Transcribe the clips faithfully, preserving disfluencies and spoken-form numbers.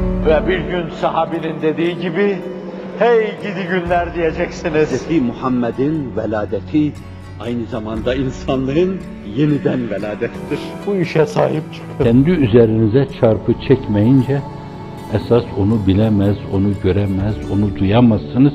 Ve bir gün sahabinin dediği gibi, hey gidi günler diyeceksiniz. Hazreti Muhammed'in veladeti aynı zamanda insanlığın yeniden veladettir. Bu işe sahip çıkın. Kendi üzerinize çarpı çekmeyince, esas onu bilemez, onu göremez, onu duyamazsınız.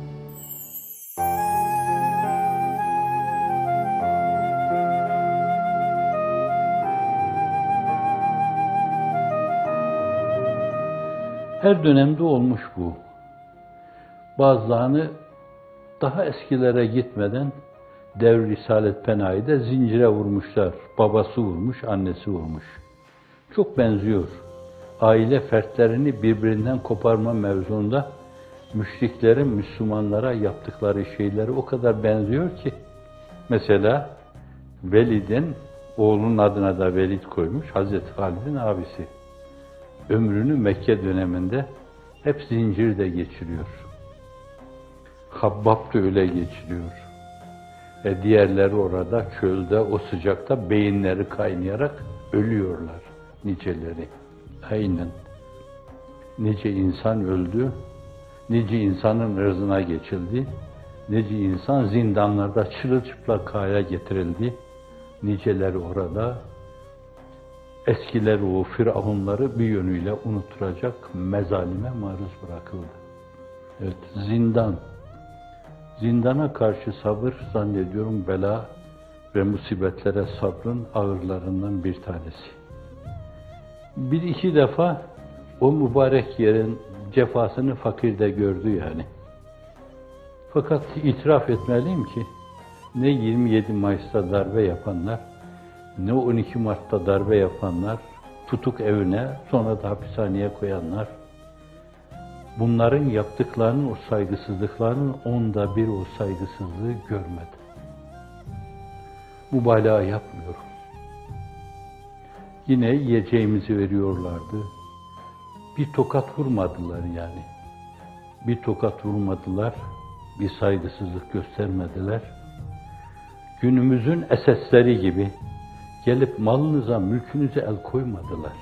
Her dönemde olmuş bu. Bazılarını daha eskilere gitmeden Devr Risalet Penahi'de zincire vurmuşlar. Babası vurmuş, annesi vurmuş. Çok benziyor. Aile fertlerini birbirinden koparma mevzunda müşriklerin Müslümanlara yaptıkları şeyleri o kadar benziyor ki. Mesela Velid'in, oğlunun adına da Velid koymuş, Hazreti Halid'in abisi. Ömrünü Mekke döneminde hep zincirde geçiriyor. Habbab da öyle geçiriyor. E diğerleri orada çölde, o sıcakta beyinleri kaynayarak ölüyorlar niceleri. Aynen. Nice insan öldü, nice insanın ırzına geçildi, nice insan zindanlarda çırılçıplak hale getirildi, niceleri orada eskiler o firavunları bir yönüyle unutturacak mezalime maruz bırakıldı. Evet, zindan. Zindana karşı sabır zannediyorum bela ve musibetlere sabrın ağırlarından bir tanesi. Bir iki defa o mübarek yerin cefasını fakirde gördü yani. Fakat itiraf etmeliyim ki ne yirmi yedi Mayıs'ta darbe yapanlar, ne on iki Mart'ta darbe yapanlar, tutuk evine, sonra da hapishaneye koyanlar, bunların yaptıklarının, o saygısızlıklarının onda bir o saygısızlığı görmedi. Mübalağa yapmıyorum. Yine yiyeceğimizi veriyorlardı. Bir tokat vurmadılar yani. Bir tokat vurmadılar, bir saygısızlık göstermediler. Günümüzün esesleri gibi gelip malınıza, mülkünüze el koymadılar.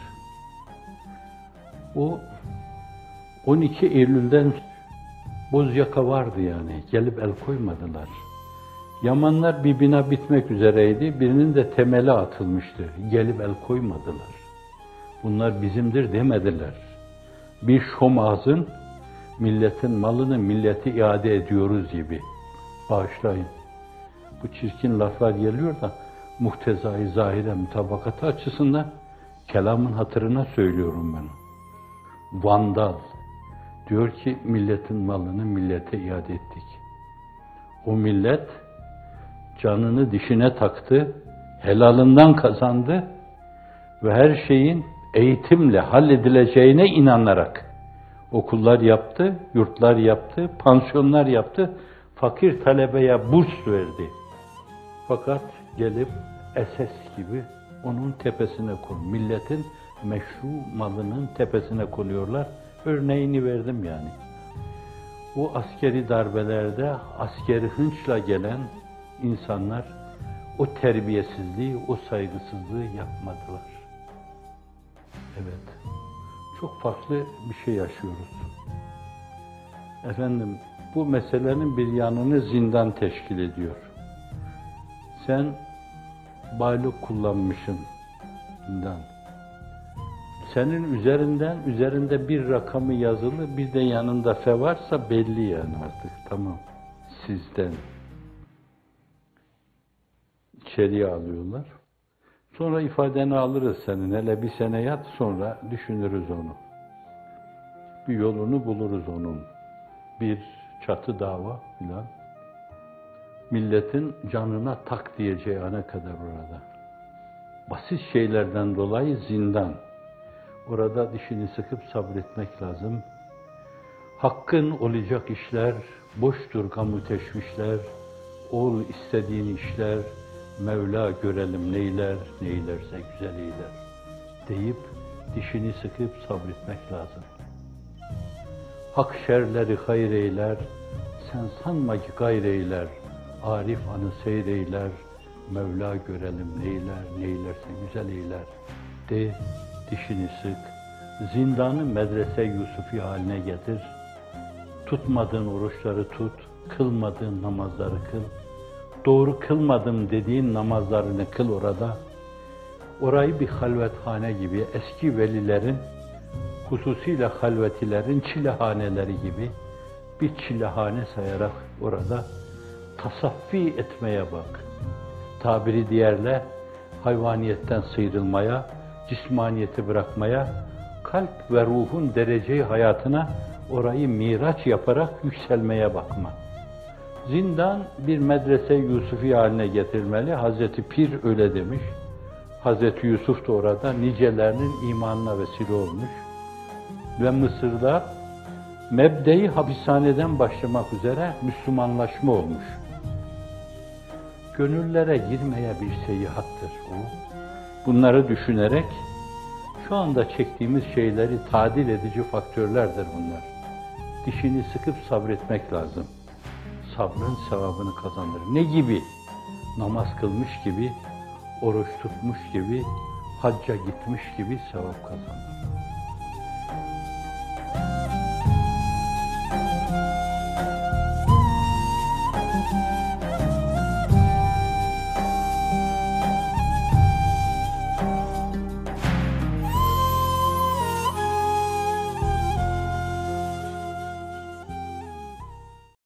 O on iki Eylül'den Bozyaka vardı yani, gelip el koymadılar. Yamanlar bir bina bitmek üzereydi, birinin de temeli atılmıştı, gelip el koymadılar. Bunlar bizimdir demediler. Bir şom ağzın, milletin malını millete iade ediyoruz gibi. Bağışlayın. Bu çirkin laflar geliyor da, muhtezai zahire mutabakatı açısından kelamın hatırına söylüyorum ben. Vandal diyor ki milletin malını millete iade ettik. O millet canını dişine taktı, helalından kazandı ve her şeyin eğitimle halledileceğine inanarak okullar yaptı, yurtlar yaptı, pansiyonlar yaptı, fakir talebeye burs verdi. Fakat gelip esas gibi onun tepesine koy. Milletin meşru malının tepesine koyuyorlar. Örneğini verdim yani. O askeri darbelerde askeri hınçla gelen insanlar o terbiyesizliği, o saygısızlığı yapmadılar. Evet. Çok farklı bir şey yaşıyoruz. Efendim, bu meselenin bir yanını zindan teşkil ediyor. Sen baylok kullanmışsın zindan. Senin üzerinden, üzerinde bir rakamı yazılı, bir de yanında fe varsa belli yani artık, tamam, sizden. İçeriye alıyorlar. Sonra ifadeni alırız senin, hele bir sene yat, sonra düşünürüz onu. Bir yolunu buluruz onun. Bir çatı dava filan. Milletin canına tak diyeceği ana kadar orada. Basit şeylerden dolayı zindan. Orada dişini sıkıp sabretmek lazım. Hakkın olacak işler, boştur gamu teşvişler, ol istediğin işler, Mevla görelim neyler, neylerse güzel eyler deyip dişini sıkıp sabretmek lazım. Hak şerleri hayır eyler, sen sanma ki gayr eyler, Arif anı seyreyler, Mevla görelim neyler, neylerse güzel eyler de, dişini sık zindanı medrese Yusufi haline getir. Tutmadığın oruçları tut, kılmadığın namazları kıl. Doğru kılmadım dediğin namazlarını kıl orada. Orayı bir halvethane gibi, eski velilerin, hususiyle halvetilerin çilehaneleri gibi bir çilehane sayarak orada tasaffi etmeye bak. Tabiri diğerle hayvaniyetten sıyrılmaya, cismaniyeti bırakmaya, kalp ve ruhun dereceyi hayatına orayı miraç yaparak yükselmeye bakma. Zindan bir medrese Yusufi haline getirmeli. Hazreti Pir öyle demiş. Hazreti Yusuf da orada nicelerinin imanına vesile olmuş. Ve Mısır'da mebde-i hapishaneden başlamak üzere Müslümanlaşma olmuş. Gönüllere girmeye bir seyahattır o. Bunları düşünerek şu anda çektiğimiz şeyleri tadil edici faktörlerdir bunlar. Dişini sıkıp sabretmek lazım. Sabrın sevabını kazanır. Ne gibi? Namaz kılmış gibi, oruç tutmuş gibi, hacca gitmiş gibi sevap kazanır.